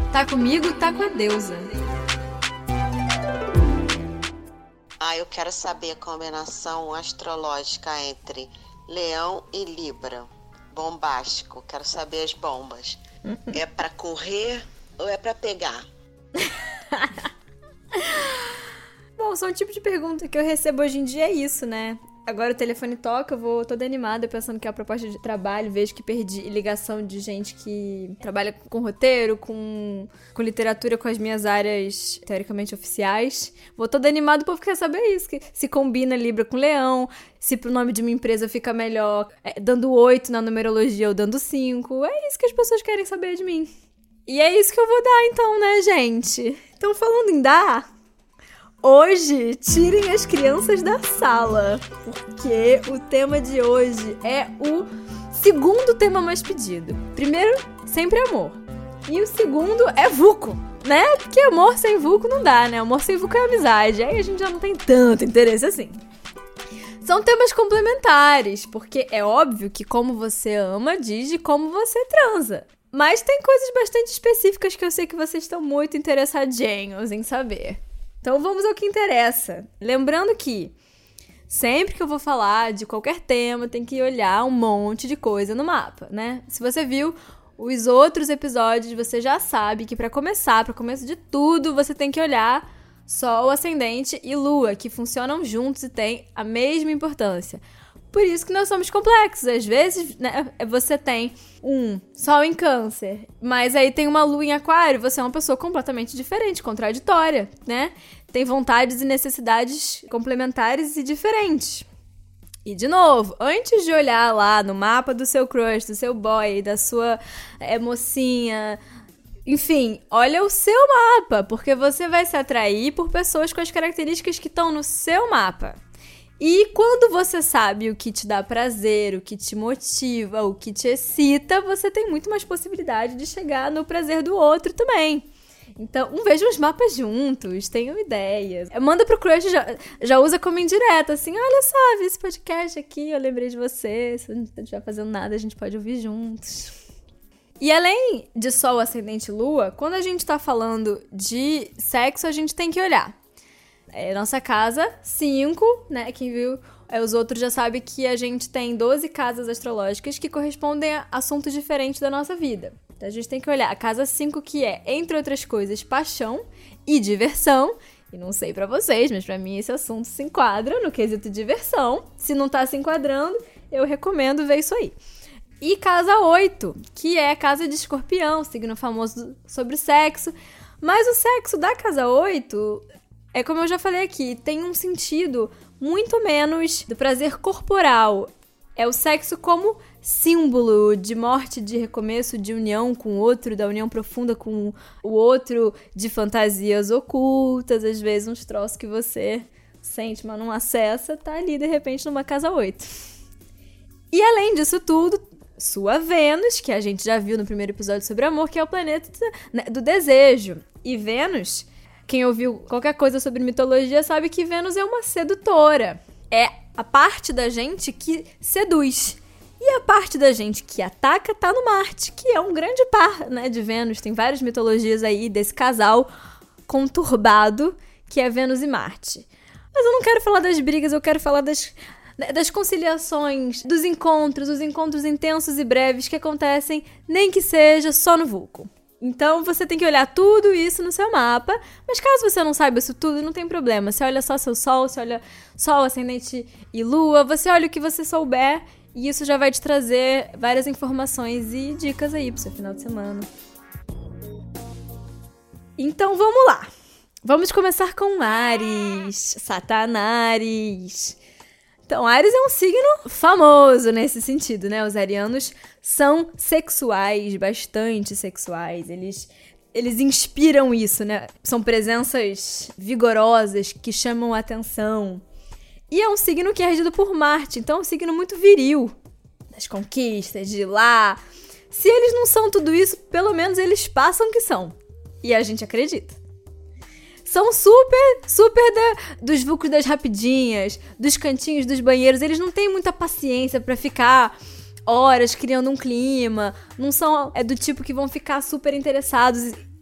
Tá comigo, tá com a deusa. Eu quero saber a combinação astrológica entre Leão e Libra. Bombástico, quero saber as bombas. É pra correr ou é pra pegar? Bom, são um tipo de pergunta que eu recebo hoje em dia, é isso, né? Agora o telefone toca, eu vou toda animada pensando que é a proposta de trabalho, vejo que perdi ligação de gente que trabalha com roteiro, com literatura, com as minhas áreas teoricamente oficiais. Vou toda animada, o povo quer saber isso, que se combina Libra com Leão, se pro nome de uma empresa fica melhor dando 8 na numerologia ou dando 5. É isso que as pessoas querem saber de mim. E é isso que eu vou dar então, né, gente? Então, falando em dar... Hoje, tirem as crianças da sala, porque o tema de hoje é o segundo tema mais pedido. Primeiro, sempre amor. E o segundo é vulco, né? Porque amor sem vulco não dá, né? Amor sem vulco é amizade. Aí a gente já não tem tanto interesse assim. São temas complementares, porque é óbvio que como você ama diz de como você transa. Mas tem coisas bastante específicas que eu sei que vocês estão muito interessadinhos em saber. Então vamos ao que interessa. Lembrando que sempre que eu vou falar de qualquer tema, tem que olhar um monte de coisa no mapa, né? Se você viu os outros episódios, você já sabe que para começo de tudo, você tem que olhar Sol, Ascendente e Lua, que funcionam juntos e têm a mesma importância. Por isso que nós somos complexos. Às vezes, né, você tem um Sol em Câncer, mas aí tem uma Lua em Aquário, você é uma pessoa completamente diferente, contraditória, né? Tem vontades e necessidades complementares e diferentes. E, de novo, antes de olhar lá no mapa do seu crush, do seu boy, da sua mocinha... Enfim, olha o seu mapa, porque você vai se atrair por pessoas com as características que estão no seu mapa. E quando você sabe o que te dá prazer, o que te motiva, o que te excita, você tem muito mais possibilidade de chegar no prazer do outro também. Então, vejam os mapas juntos, tenham ideias. Manda pro crush, já usa como indireta, assim, olha só, vi esse podcast aqui, eu lembrei de você, se não estiver fazendo nada, a gente pode ouvir juntos. E além de Sol, Ascendente e Lua, quando a gente tá falando de sexo, a gente tem que olhar. Nossa casa 5, né? Quem viu os outros já sabe que a gente tem 12 casas astrológicas que correspondem a assuntos diferentes da nossa vida. Então a gente tem que olhar a casa 5, que é, entre outras coisas, paixão e diversão. E não sei pra vocês, mas pra mim esse assunto se enquadra no quesito diversão. Se não tá se enquadrando, eu recomendo ver isso aí. E casa 8, que é a casa de Escorpião, signo famoso sobre sexo. Mas o sexo da casa 8... como eu já falei aqui, tem um sentido muito menos do prazer corporal. É o sexo como símbolo de morte, de recomeço, de união com o outro, da união profunda com o outro, de fantasias ocultas, às vezes uns troços que você sente, mas não acessa, tá ali de repente numa casa 8. E além disso tudo, sua Vênus, que a gente já viu no primeiro episódio sobre amor, que é o planeta do desejo. E Vênus... Quem ouviu qualquer coisa sobre mitologia sabe que Vênus é uma sedutora. É a parte da gente que seduz. E a parte da gente que ataca tá no Marte, que é um grande par, né, de Vênus. Tem várias mitologias aí desse casal conturbado que é Vênus e Marte. Mas eu não quero falar das brigas, eu quero falar das conciliações, dos encontros, os encontros intensos e breves que acontecem, nem que seja só no vulco. Então, você tem que olhar tudo isso no seu mapa, mas caso você não saiba isso tudo, não tem problema. Você olha só seu Sol, você olha Sol, Ascendente e Lua, você olha o que você souber e isso já vai te trazer várias informações e dicas aí pro seu final de semana. Então, vamos lá. Vamos começar com Áries, Satanares. Então, Áries é um signo famoso nesse sentido, né? Os arianos são sexuais, bastante sexuais. Eles inspiram isso, né? São presenças vigorosas que chamam a atenção. E é um signo que é regido por Marte, então é um signo muito viril. Das conquistas, de ir lá. Se eles não são tudo isso, pelo menos eles passam que são. E a gente acredita. São super dos vulcos das rapidinhas, dos cantinhos, dos banheiros. Eles não têm muita paciência pra ficar horas criando um clima. Não são do tipo que vão ficar super interessados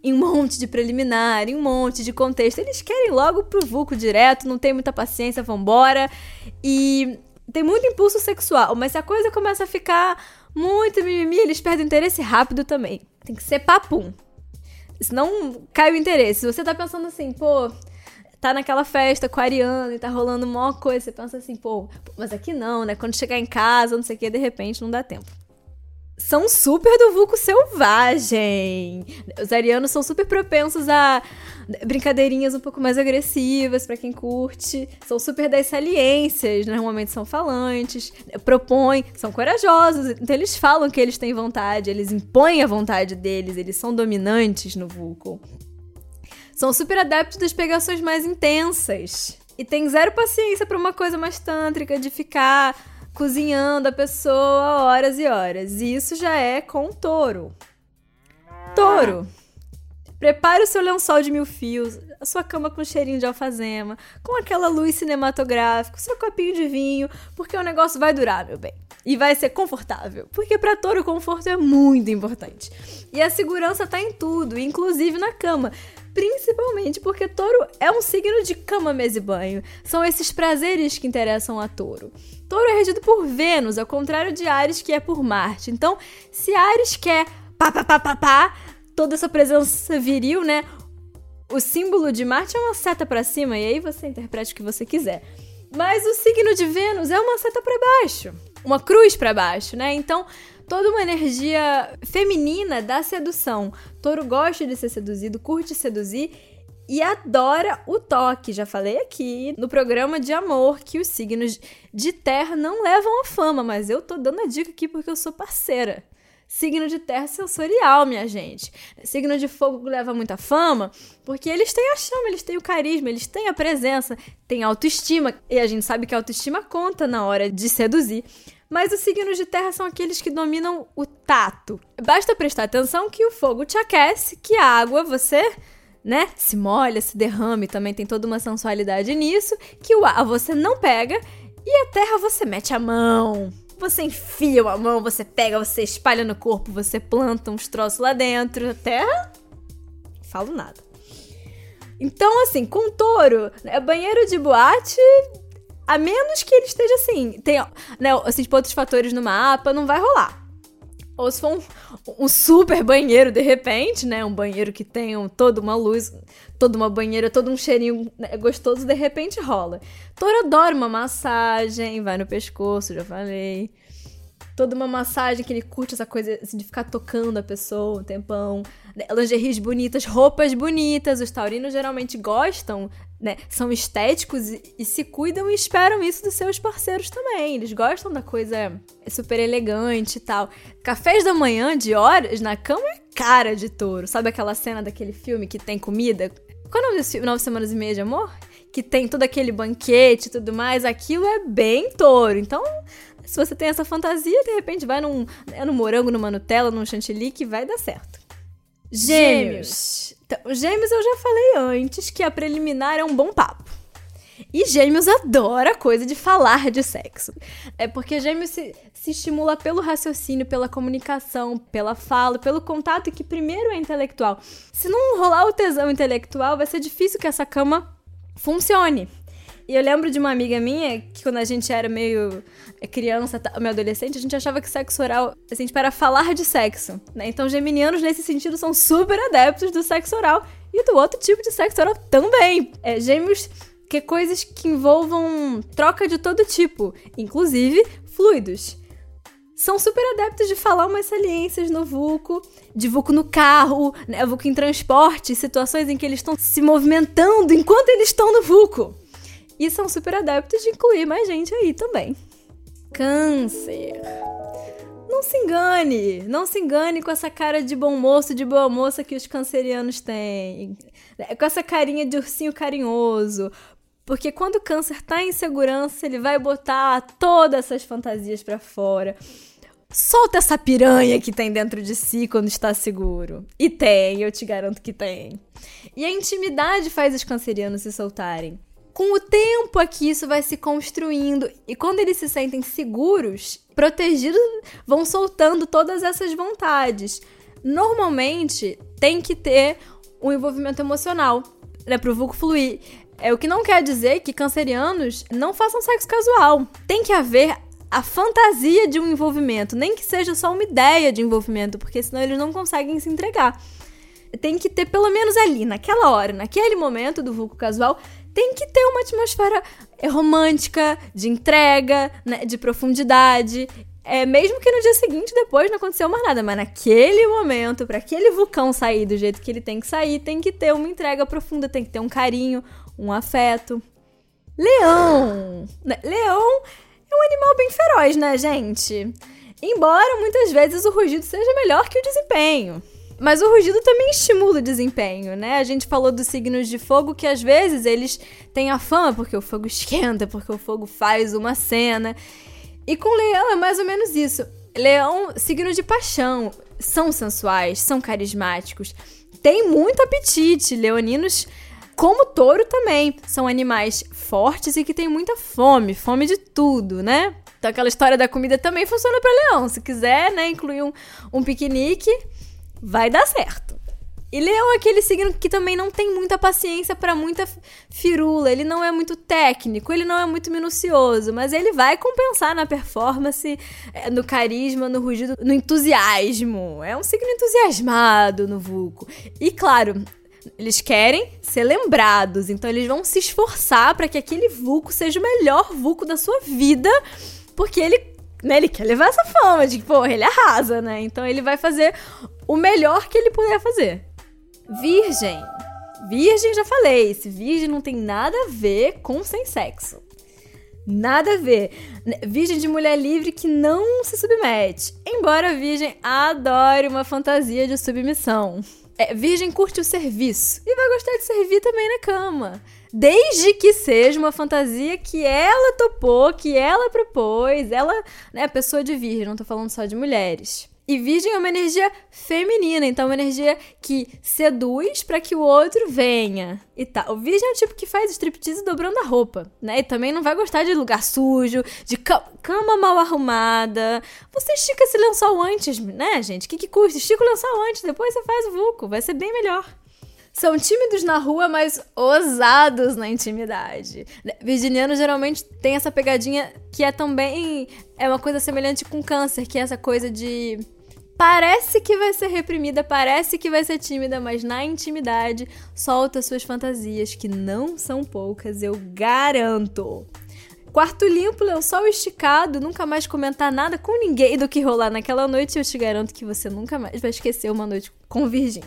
em um monte de preliminar, em um monte de contexto. Eles querem logo pro vulco direto, não tem muita paciência, vambora. E tem muito impulso sexual, mas se a coisa começa a ficar muito mimimi, eles perdem interesse rápido também. Tem que ser papum. Senão cai o interesse. Se você tá pensando assim, pô, tá naquela festa com a Ariana e tá rolando uma coisa, você pensa assim, pô, mas aqui não, né? Quando chegar em casa, não sei o que, de repente não dá tempo. São super do vulco selvagem. Os arianos são super propensos a brincadeirinhas um pouco mais agressivas pra quem curte. São super das saliências, normalmente são falantes, propõem, são corajosos. Então eles falam que eles têm vontade, eles impõem a vontade deles, eles são dominantes no vulco. São super adeptos das pegações mais intensas. E tem zero paciência pra uma coisa mais tântrica, de ficar cozinhando a pessoa horas e horas. E isso já é com o touro. Touro. Prepare o seu lençol de 1000 fios, a sua cama com cheirinho de alfazema, com aquela luz cinematográfica, seu copinho de vinho, porque o negócio vai durar, meu bem. E vai ser confortável. Porque pra touro o conforto é muito importante. E a segurança tá em tudo, inclusive na cama. Principalmente porque touro é um signo de cama, mesa e banho. São esses prazeres que interessam a touro. Touro é regido por Vênus, ao contrário de Áries, que é por Marte. Então, se Áries quer toda essa presença viril, né? O símbolo de Marte é uma seta pra cima, e aí você interprete o que você quiser. Mas o signo de Vênus é uma seta pra baixo, uma cruz pra baixo, né? Então, toda uma energia feminina da sedução. Touro gosta de ser seduzido, curte seduzir e adora o toque. Já falei aqui no programa de amor que os signos de terra não levam a fama, mas eu tô dando a dica aqui porque eu sou parceira. Signo de terra sensorial, minha gente. Signo de fogo leva muita fama porque eles têm a chama, eles têm o carisma, eles têm a presença, têm autoestima. E a gente sabe que a autoestima conta na hora de seduzir. Mas os signos de terra são aqueles que dominam o tato. Basta prestar atenção que o fogo te aquece, que a água você, né, se molha, se derrame, também tem toda uma sensualidade nisso, que o ar você não pega e a terra você mete a mão. Você enfia uma mão, você pega, você espalha no corpo, você planta uns troços lá dentro. A terra? Falo nada. Então, assim, com touro, né, banheiro de boate, a menos que ele esteja assim, tem, né, assim, tipo, outros fatores no mapa, não vai rolar. Ou se for um super banheiro, de repente, né, um banheiro que tem toda uma luz, toda uma banheira, todo um cheirinho, né, gostoso, de repente rola. Touro adora uma massagem, vai no pescoço, já falei. Toda uma massagem que ele curte essa coisa assim, de ficar tocando a pessoa um tempão. Lingeries bonitas, roupas bonitas. Os taurinos geralmente gostam, né? São estéticos e se cuidam e esperam isso dos seus parceiros também. Eles gostam da coisa super elegante e tal. Cafés da manhã de horas na cama é cara de touro. Sabe aquela cena daquele filme que tem comida? Qual é o nome desse filme? 9 Semanas e Meia de Amor? Que tem todo aquele banquete e tudo mais. Aquilo é bem touro. Então, se você tem essa fantasia, de repente vai num morango, numa Nutella, num chantilly, que vai dar certo. Gêmeos. Então, Gêmeos eu já falei antes que a preliminar é um bom papo. E Gêmeos adora a coisa de falar de sexo. É porque Gêmeos se estimula pelo raciocínio, pela comunicação, pela fala, pelo contato, que primeiro é intelectual. Se não rolar o tesão intelectual, vai ser difícil que essa cama funcione. E eu lembro de uma amiga minha que quando a gente era meio criança, meio adolescente, a gente achava que sexo oral, assim, para falar de sexo, né? Então, geminianos, nesse sentido, são super adeptos do sexo oral e do outro tipo de sexo oral também. Gêmeos, que coisas que envolvam troca de todo tipo, inclusive fluidos. São super adeptos de falar umas saliências no vulco, de vulco no carro, né? Vulco em transporte, situações em que eles estão se movimentando enquanto eles estão no vulco. E são super adeptos de incluir mais gente aí também. Câncer. Não se engane com essa cara de bom moço, de boa moça que os cancerianos têm. Com essa carinha de ursinho carinhoso. Porque quando o câncer tá em segurança, ele vai botar todas essas fantasias pra fora. Solta essa piranha que tem dentro de si quando está seguro. E tem, eu te garanto que tem. E a intimidade faz os cancerianos se soltarem. Com o tempo aqui isso vai se construindo e quando eles se sentem seguros, protegidos, vão soltando todas essas vontades. Normalmente tem que ter um envolvimento emocional, né, pro vulco fluir. O que não quer dizer que cancerianos não façam sexo casual. Tem que haver a fantasia de um envolvimento, nem que seja só uma ideia de envolvimento, porque senão eles não conseguem se entregar. Tem que ter, pelo menos ali, naquela hora, naquele momento do vulco casual, tem que ter uma atmosfera romântica, de entrega, né, de profundidade. Mesmo que no dia seguinte, depois, não aconteceu mais nada, mas naquele momento, para aquele vulcão sair do jeito que ele tem que sair, tem que ter uma entrega profunda, tem que ter um carinho, um afeto. Leão! Leão é um animal bem feroz, né, gente? Embora muitas vezes o rugido seja melhor que o desempenho. Mas o rugido também estimula o desempenho, né? A gente falou dos signos de fogo que às vezes eles têm a fama porque o fogo esquenta, porque o fogo faz uma cena. E com leão é mais ou menos isso. Leão, signo de paixão, são sensuais, são carismáticos, têm muito apetite. Leoninos, como touro também, são animais fortes e que têm muita fome de tudo, né? Então aquela história da comida também funciona para leão. Se quiser, né, incluir um piquenique, vai dar certo. E leão é aquele signo que também não tem muita paciência para muita firula. Ele não é muito técnico, ele não é muito minucioso, mas ele vai compensar na performance, no carisma, no rugido, no entusiasmo. É um signo entusiasmado no vulco. E claro, eles querem ser lembrados, então eles vão se esforçar para que aquele vulco seja o melhor vulco da sua vida, porque ele quer levar essa fama de que, porra, ele arrasa, né? Então ele vai fazer o melhor que ele puder fazer. Virgem. Virgem, já falei. Esse virgem não tem nada a ver com sem sexo. Nada a ver. Virgem de mulher livre que não se submete. Embora a virgem adore uma fantasia de submissão. Virgem curte o serviço e vai gostar de servir também na cama. Desde que seja uma fantasia que ela topou, que ela propôs. Ela, né, pessoa de virgem, não tô falando só de mulheres. E virgem é uma energia feminina, então é uma energia que seduz pra que o outro venha e tal. O virgem é o tipo que faz striptease dobrando a roupa, né? E também não vai gostar de lugar sujo, de cama mal arrumada. Você estica esse lençol antes, né, gente? O que custa? Estica o lençol antes, depois você faz o vulco, vai ser bem melhor. São tímidos na rua, mas ousados na intimidade. Virginiano geralmente tem essa pegadinha que é também uma coisa semelhante com câncer, que é essa coisa de... Parece que vai ser reprimida, parece que vai ser tímida, mas na intimidade solta suas fantasias, que não são poucas, eu garanto. Quarto limpo, lençol esticado, nunca mais comentar nada com ninguém do que rolar naquela noite, eu te garanto que você nunca mais vai esquecer uma noite com virgem.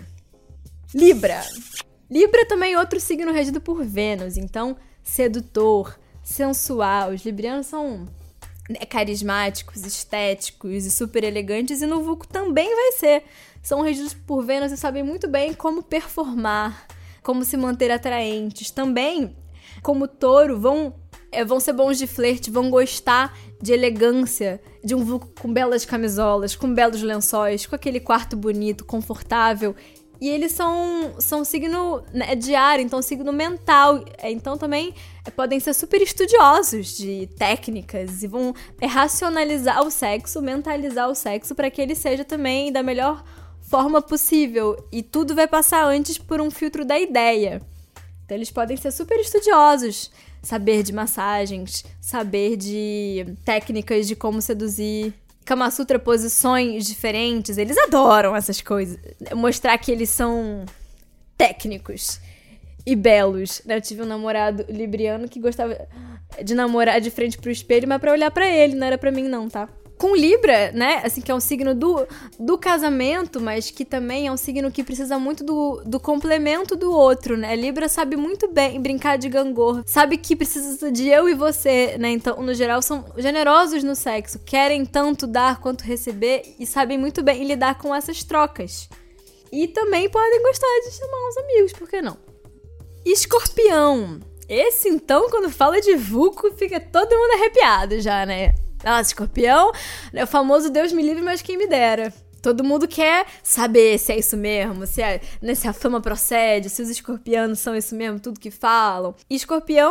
Libra. Libra também é outro signo regido por Vênus, então sedutor, sensual. Os librianos são carismáticos, estéticos e super elegantes, e no vulco também vai ser. São regidos por Vênus e sabem muito bem como performar, como se manter atraentes. Também, como touro, vão ser bons de flerte, vão gostar de elegância, de um vulco com belas camisolas, com belos lençóis, com aquele quarto bonito, confortável. E eles são signo, né, de ar, então signo mental. Então também podem ser super estudiosos de técnicas e vão racionalizar o sexo, mentalizar o sexo para que ele seja também da melhor forma possível. E tudo vai passar antes por um filtro da ideia. Então eles podem ser super estudiosos, saber de massagens, saber de técnicas de como seduzir. Kama Sutra, posições diferentes, eles adoram essas coisas. Mostrar que eles são técnicos e belos. Eu tive um namorado libriano que gostava de namorar de frente pro espelho, mas pra olhar pra ele, não era pra mim não, tá? Com Libra, né, assim, que é um signo do casamento, mas que também é um signo que precisa muito do complemento do outro, né? Libra sabe muito bem brincar de gangorra, sabe que precisa de eu e você, né? Então, no geral, são generosos no sexo, querem tanto dar quanto receber e sabem muito bem lidar com essas trocas. E também podem gostar de chamar uns amigos, por que não? Escorpião. Esse, então, quando fala de vulco, fica todo mundo arrepiado já, né? Nossa, escorpião é o famoso Deus me livre, mas quem me dera. Todo mundo quer saber se é isso mesmo, se a fama procede, se os escorpianos são isso mesmo, tudo que falam. E escorpião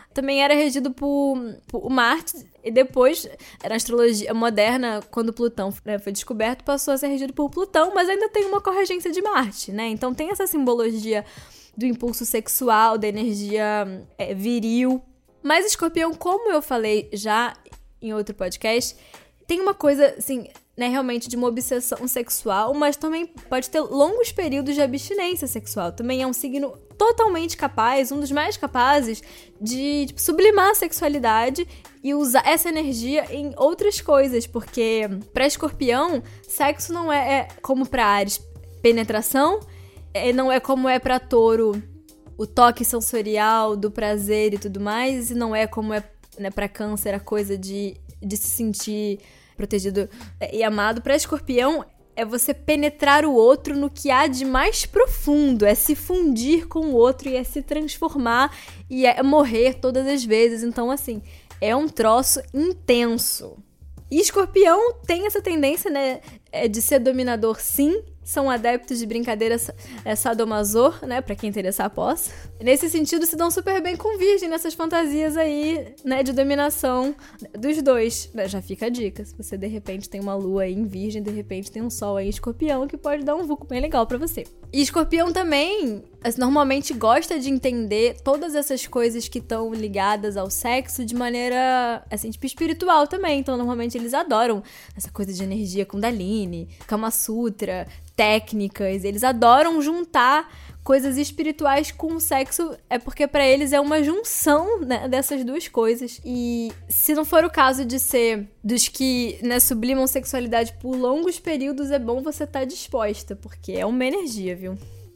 também era regido por Marte, e depois, na astrologia moderna, quando Plutão foi descoberto, passou a ser regido por Plutão, mas ainda tem uma corregência de Marte, né? Então tem essa simbologia do impulso sexual, da energia viril. Mas Escorpião, como eu falei já em outro podcast, tem uma coisa, assim, né, realmente de uma obsessão sexual, mas também pode ter longos períodos de abstinência sexual. Também é um signo totalmente capaz, um dos mais capazes de sublimar a sexualidade e usar essa energia em outras coisas, porque para Escorpião, sexo não é como para Áries, penetração, não é como é para Touro, o toque sensorial do prazer e tudo mais, e não é como é, né, para Câncer a coisa de se sentir protegido e amado. Para Escorpião, é você penetrar o outro no que há de mais profundo, é se fundir com o outro e é se transformar e é morrer todas as vezes. Então, assim, é um troço intenso. E Escorpião tem essa tendência, né, de ser dominador, sim. São adeptos de brincadeiras sadomaso, né, pra quem interessar possa. Nesse sentido, se dão super bem com Virgem nessas fantasias aí, né, de dominação dos dois. Já fica a dica, se você de repente tem uma lua aí em Virgem, de repente tem um sol aí em Escorpião, que pode dar um vulco bem legal pra você. E Escorpião também, normalmente gosta de entender todas essas coisas que estão ligadas ao sexo de maneira, assim, tipo, espiritual também. Então, normalmente eles adoram essa coisa de energia Kundalini, Kama Sutra, técnicas, eles adoram juntar coisas espirituais com o sexo, porque pra eles é uma junção, né, dessas duas coisas. E se não for o caso de ser dos que, né, sublimam sexualidade por longos períodos, é bom você estar disposta, porque é uma energia, viu?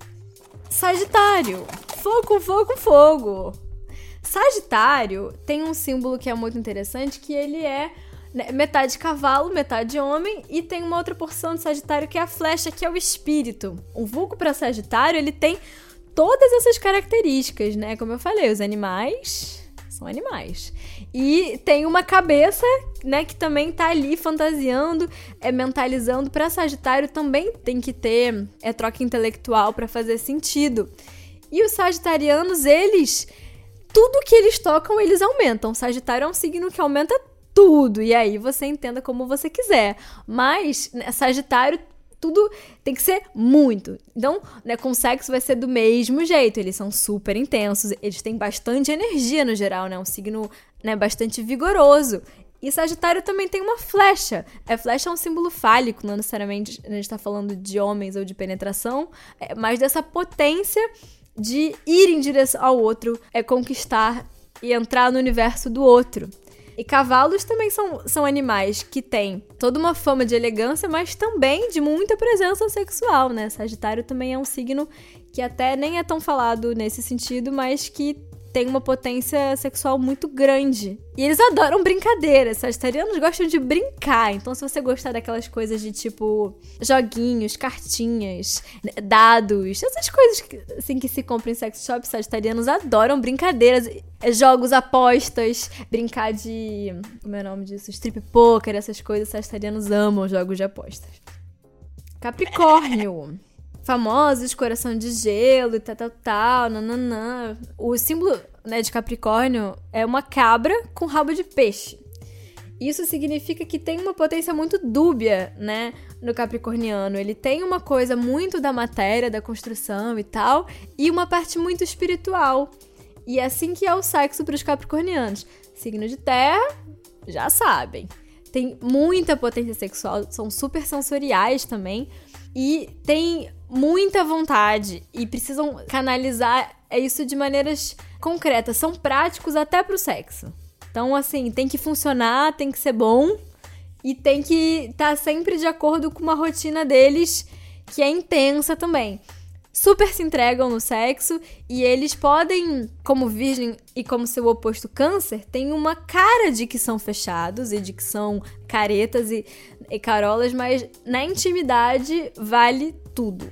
Sagitário, fogo, fogo, fogo. Sagitário tem um símbolo que é muito interessante, que ele é metade cavalo, metade homem, e tem uma outra porção de Sagitário que é a flecha, que é o espírito. O vulgo para Sagitário, ele tem todas essas características, né? Como eu falei, os animais são animais. E tem uma cabeça, né, que também tá ali fantasiando, mentalizando. Para Sagitário também tem que ter troca intelectual para fazer sentido. E os sagitarianos, eles, tudo que eles tocam, eles aumentam. Sagitário é um signo que aumenta tudo, e aí você entenda como você quiser. Mas, né, Sagitário, tudo tem que ser muito. Então, né, com sexo vai ser do mesmo jeito. Eles são super intensos, eles têm bastante energia no geral, né? Um signo, né, bastante vigoroso. E Sagitário também tem uma flecha. A flecha é um símbolo fálico, não necessariamente a gente tá falando de homens ou de penetração, mas dessa potência de ir em direção ao outro, conquistar e entrar no universo do outro. E cavalos também são animais que têm toda uma fama de elegância, mas também de muita presença sexual, né? Sagitário também é um signo que até nem é tão falado nesse sentido, mas que tem uma potência sexual muito grande. E eles adoram brincadeiras. Sagitarianos gostam de brincar. Então, se você gostar daquelas coisas de, tipo, joguinhos, cartinhas, dados, essas coisas que, assim, que se compram em sex shop, sagitarianos adoram brincadeiras, jogos, apostas, brincar de... Como é o nome disso? Strip poker, essas coisas. Sagitarianos amam jogos de apostas. Capricórnio. Famosos, coração de gelo e tal, nananã. O símbolo, né, de Capricórnio é uma cabra com rabo de peixe. Isso significa que tem uma potência muito dúbia, né, no capricorniano. Ele tem uma coisa muito da matéria, da construção e tal, e uma parte muito espiritual. E é assim que é o sexo para os capricornianos. Signo de terra, já sabem. Tem muita potência sexual, são super sensoriais também. E tem muita vontade e precisam canalizar isso de maneiras concretas. São práticos até pro sexo. Então, assim, tem que funcionar, tem que ser bom e tem que estar sempre de acordo com uma rotina deles que é intensa também. Super se entregam no sexo e eles podem, como Virgem e como seu oposto Câncer, tem uma cara de que são fechados e de que são caretas e carolas, mas na intimidade vale tudo.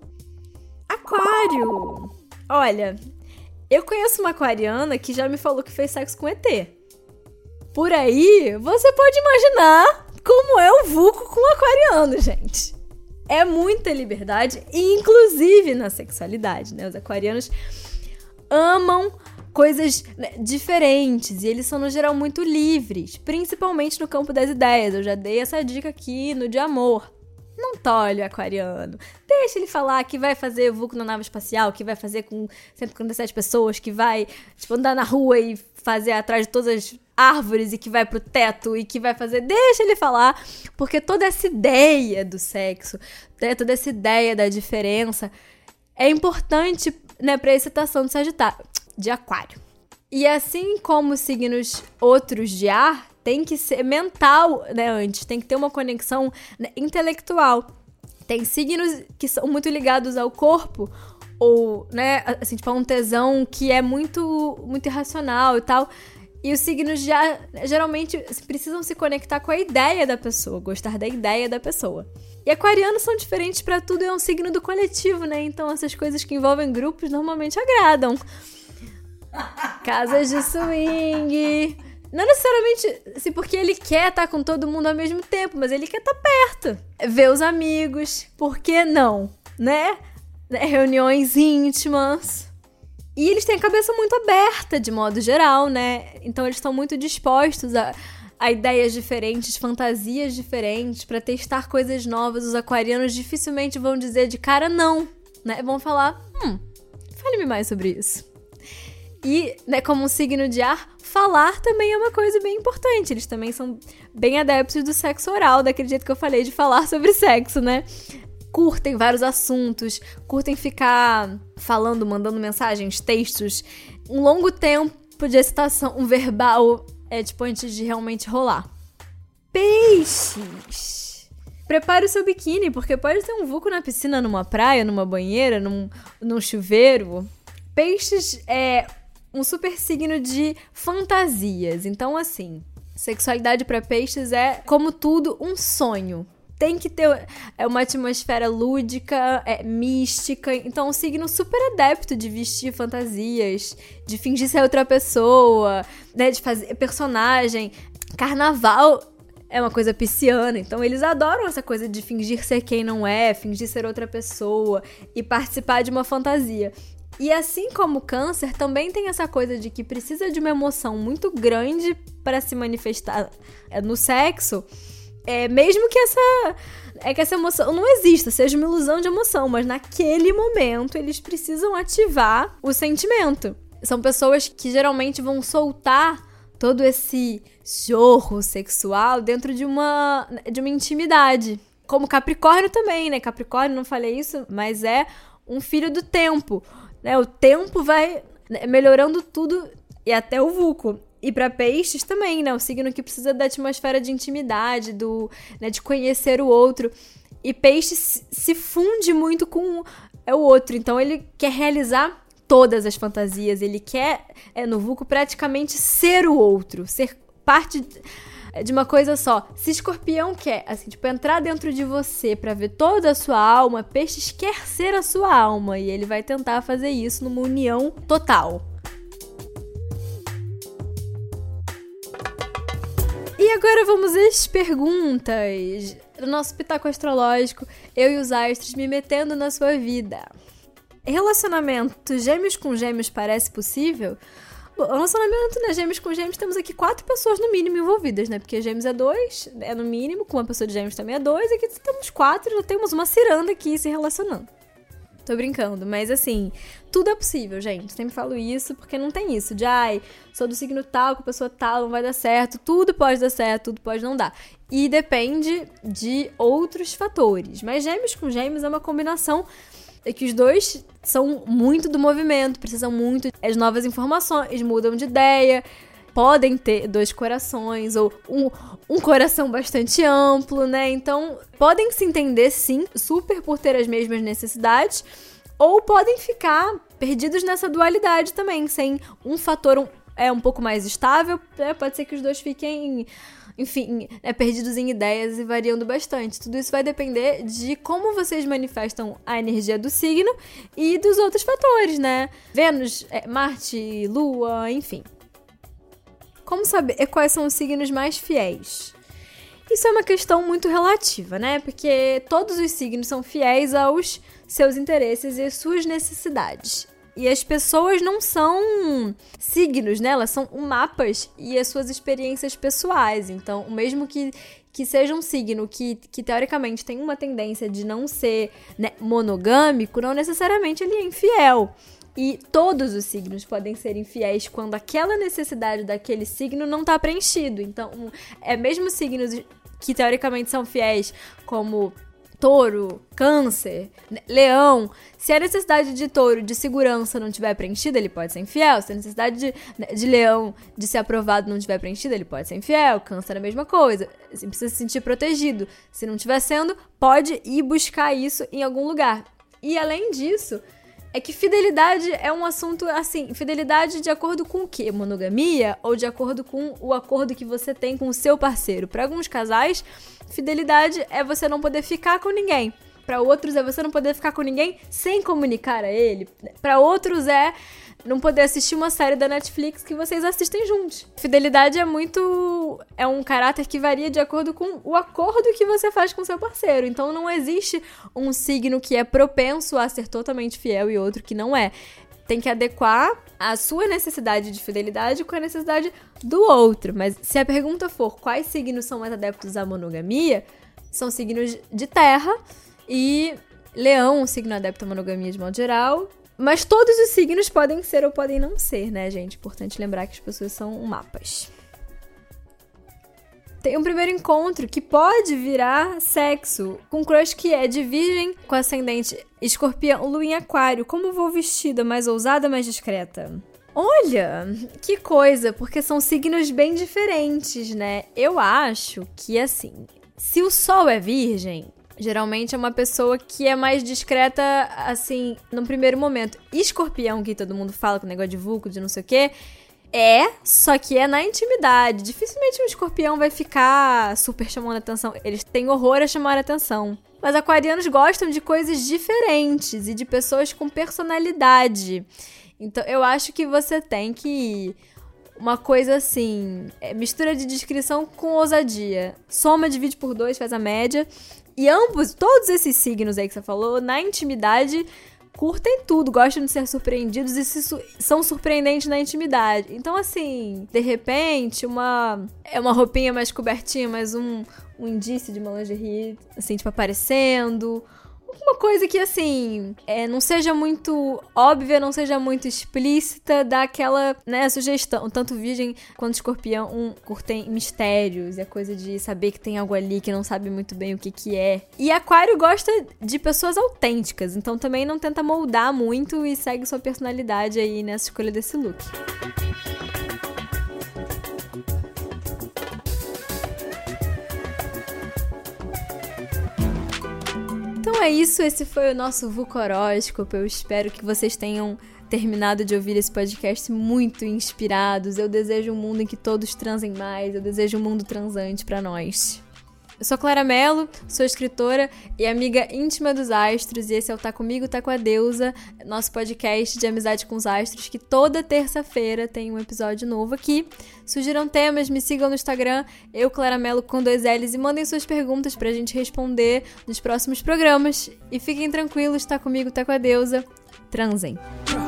Aquário! Olha, eu conheço uma aquariana que já me falou que fez sexo com ET. Por aí, você pode imaginar como é o vulco com o aquariano, gente. É muita liberdade, inclusive na sexualidade, né? Os aquarianos amam coisas, né, diferentes, e eles são, no geral, muito livres, principalmente no campo das ideias. Eu já dei essa dica aqui no de amor. Não tolhe o aquariano. Deixa ele falar que vai fazer vulco na nave espacial, que vai fazer com 157 pessoas, que vai, tipo, andar na rua e fazer atrás de todas as árvores e que vai pro teto e que vai fazer... Deixa ele falar, porque toda essa ideia do sexo, né, toda essa ideia da diferença é importante, né, pra excitação de aquário. E assim como signos outros de ar, tem que ser mental, né, antes. Tem que ter uma conexão, né, intelectual. Tem signos que são muito ligados ao corpo, ou, né, assim, tipo, a um tesão que é muito, muito irracional e tal. E os signos já, geralmente, precisam se conectar com a ideia da pessoa, gostar da ideia da pessoa. E aquarianos são diferentes pra tudo, é um signo do coletivo, né? Então essas coisas que envolvem grupos normalmente agradam. Casas de swing... Não necessariamente assim, porque ele quer estar com todo mundo ao mesmo tempo, mas ele quer estar perto. Ver os amigos, por que não? Né? Reuniões íntimas. E eles têm a cabeça muito aberta, de modo geral, né? Então eles estão muito dispostos a ideias diferentes, fantasias diferentes, pra testar coisas novas. Os aquarianos dificilmente vão dizer de cara não, né? Vão falar, fale-me mais sobre isso. E, né, como um signo de ar, falar também é uma coisa bem importante. Eles também são bem adeptos do sexo oral, daquele jeito que eu falei de falar sobre sexo, né? Curtem vários assuntos, curtem ficar falando, mandando mensagens, textos. Um longo tempo de excitação, um verbal, tipo, antes de realmente rolar. Peixes! Prepare o seu biquíni, porque pode ter um vulco na piscina, numa praia, numa banheira, num chuveiro. Peixes é um super signo de fantasias. Então, assim, sexualidade para peixes é, como tudo, um sonho. Tem que ter uma atmosfera lúdica, mística. Então, um signo super adepto de vestir fantasias, de fingir ser outra pessoa, né, de fazer personagem. Carnaval é uma coisa pisciana, então eles adoram essa coisa de fingir ser quem não é, fingir ser outra pessoa e participar de uma fantasia. E assim como o câncer, também tem essa coisa de que precisa de uma emoção muito grande para se manifestar no sexo, mesmo que essa emoção não exista, seja uma ilusão de emoção, mas naquele momento eles precisam ativar o sentimento. São pessoas que geralmente vão soltar todo esse jorro sexual dentro de uma intimidade. Como Capricórnio também, né? Capricórnio, não falei isso, mas é um filho do tempo. Né, o tempo vai melhorando tudo e até o vulco. E para peixes também, né? O signo que precisa da atmosfera de intimidade, né, de conhecer o outro. E peixes se funde muito com o outro. Então ele quer realizar todas as fantasias. Ele quer, no vulco, praticamente ser o outro. Ser parte de uma coisa só. Se Escorpião quer, assim, tipo, entrar dentro de você pra ver toda a sua alma, Peixes quer ser a sua alma e ele vai tentar fazer isso numa união total. E agora vamos às perguntas do nosso Pitaco Astrológico, eu e os astros me metendo na sua vida. Relacionamento gêmeos com gêmeos parece possível? Relacionamento, né? Gêmeos com gêmeos, temos aqui 4 pessoas no mínimo envolvidas, né? Porque gêmeos é 2, no mínimo, com uma pessoa de gêmeos também é 2, aqui temos 4, já temos uma ciranda aqui se relacionando. Tô brincando, mas assim, tudo é possível, gente. Sempre falo isso, porque não tem isso de, sou do signo tal, com a pessoa tal, não vai dar certo. Tudo pode dar certo, tudo pode não dar. E depende de outros fatores. Mas gêmeos com gêmeos é uma combinação que os dois são muito do movimento, precisam muito de novas informações, mudam de ideia, podem ter 2 corações ou um coração bastante amplo, né? Então, podem se entender, sim, super por ter as mesmas necessidades, ou podem ficar perdidos nessa dualidade também, sem um fator um pouco mais estável, pode ser que os dois fiquem, enfim, perdidos em ideias e variando bastante. Tudo isso vai depender de como vocês manifestam a energia do signo e dos outros fatores, né? Vênus, Marte, Lua, enfim. Como saber quais são os signos mais fiéis? Isso é uma questão muito relativa, né? Porque todos os signos são fiéis aos seus interesses e às suas necessidades. E as pessoas não são signos, né? Elas são mapas e as suas experiências pessoais. Então, mesmo que seja um signo que teoricamente tem uma tendência de não ser, né, monogâmico, não necessariamente ele é infiel. E todos os signos podem ser infiéis quando aquela necessidade daquele signo não está preenchido. Então, mesmo signos que teoricamente são fiéis, como Touro, Câncer, Leão, se a necessidade de Touro de segurança não tiver preenchida, ele pode ser infiel. Se a necessidade de Leão de ser aprovado não tiver preenchida, ele pode ser infiel. Câncer é a mesma coisa. Você precisa se sentir protegido. Se não estiver sendo, pode ir buscar isso em algum lugar. E além disso, é que fidelidade é um assunto assim, fidelidade de acordo com o quê? Monogamia ou de acordo com o acordo que você tem com o seu parceiro? Para alguns casais, fidelidade é você não poder ficar com ninguém. Para outros é você não poder ficar com ninguém sem comunicar a ele. Para outros é não poder assistir uma série da Netflix que vocês assistem juntos. Fidelidade é um caráter que varia de acordo com o acordo que você faz com seu parceiro. Então não existe um signo que é propenso a ser totalmente fiel e outro que não é. Tem que adequar a sua necessidade de fidelidade com a necessidade do outro. Mas se a pergunta for quais signos são mais adeptos à monogamia, são signos de terra e Leão, um signo adepto à monogamia de modo geral. Mas todos os signos podem ser ou podem não ser, né, gente? Importante lembrar que as pessoas são mapas. Tem um primeiro encontro que pode virar sexo, com um crush que é de virgem com ascendente escorpião, lua em aquário. Como vou vestida, mais ousada, mais discreta? Olha, que coisa, porque são signos bem diferentes, né? Eu acho que, assim, se o sol é virgem, geralmente é uma pessoa que é mais discreta, assim, num primeiro momento. Escorpião, que todo mundo fala com o negócio de vulco, de não sei o quê, só que é na intimidade. Dificilmente um escorpião vai ficar super chamando atenção. Eles têm horror a chamar atenção. Mas aquarianos gostam de coisas diferentes e de pessoas com personalidade. Então, eu acho que você tem que... Uma coisa assim, mistura de descrição com ousadia. Soma, divide por 2, faz a média. E todos esses signos aí que você falou, na intimidade, curtem tudo, gostam de ser surpreendidos e são surpreendentes na intimidade. Então, assim, de repente, uma roupinha mais cobertinha, mas um indício de uma lingerie, assim, tipo, aparecendo. Uma coisa que, assim, não seja muito óbvia, não seja muito explícita, dá aquela, né, sugestão. Tanto virgem quanto escorpião curtem mistérios, é coisa de saber que tem algo ali que não sabe muito bem o que é. E aquário gosta de pessoas autênticas, então também não tenta moldar muito e segue sua personalidade aí nessa escolha desse look. Então é isso, esse foi o nosso Vucoróscopo. Eu espero que vocês tenham terminado de ouvir esse podcast muito inspirados. Eu desejo um mundo em que todos transem mais, eu desejo um mundo transante pra nós. Eu sou Clara Mello, sou escritora e amiga íntima dos astros, e esse é o Tá Comigo, Tá Com a Deusa, nosso podcast de amizade com os astros, que toda terça-feira tem um episódio novo aqui. Sugiram temas, me sigam no Instagram, eu, Clara Mello, com 2 L's, e mandem suas perguntas pra gente responder nos próximos programas. E fiquem tranquilos, Tá Comigo, Tá Com a Deusa, transem.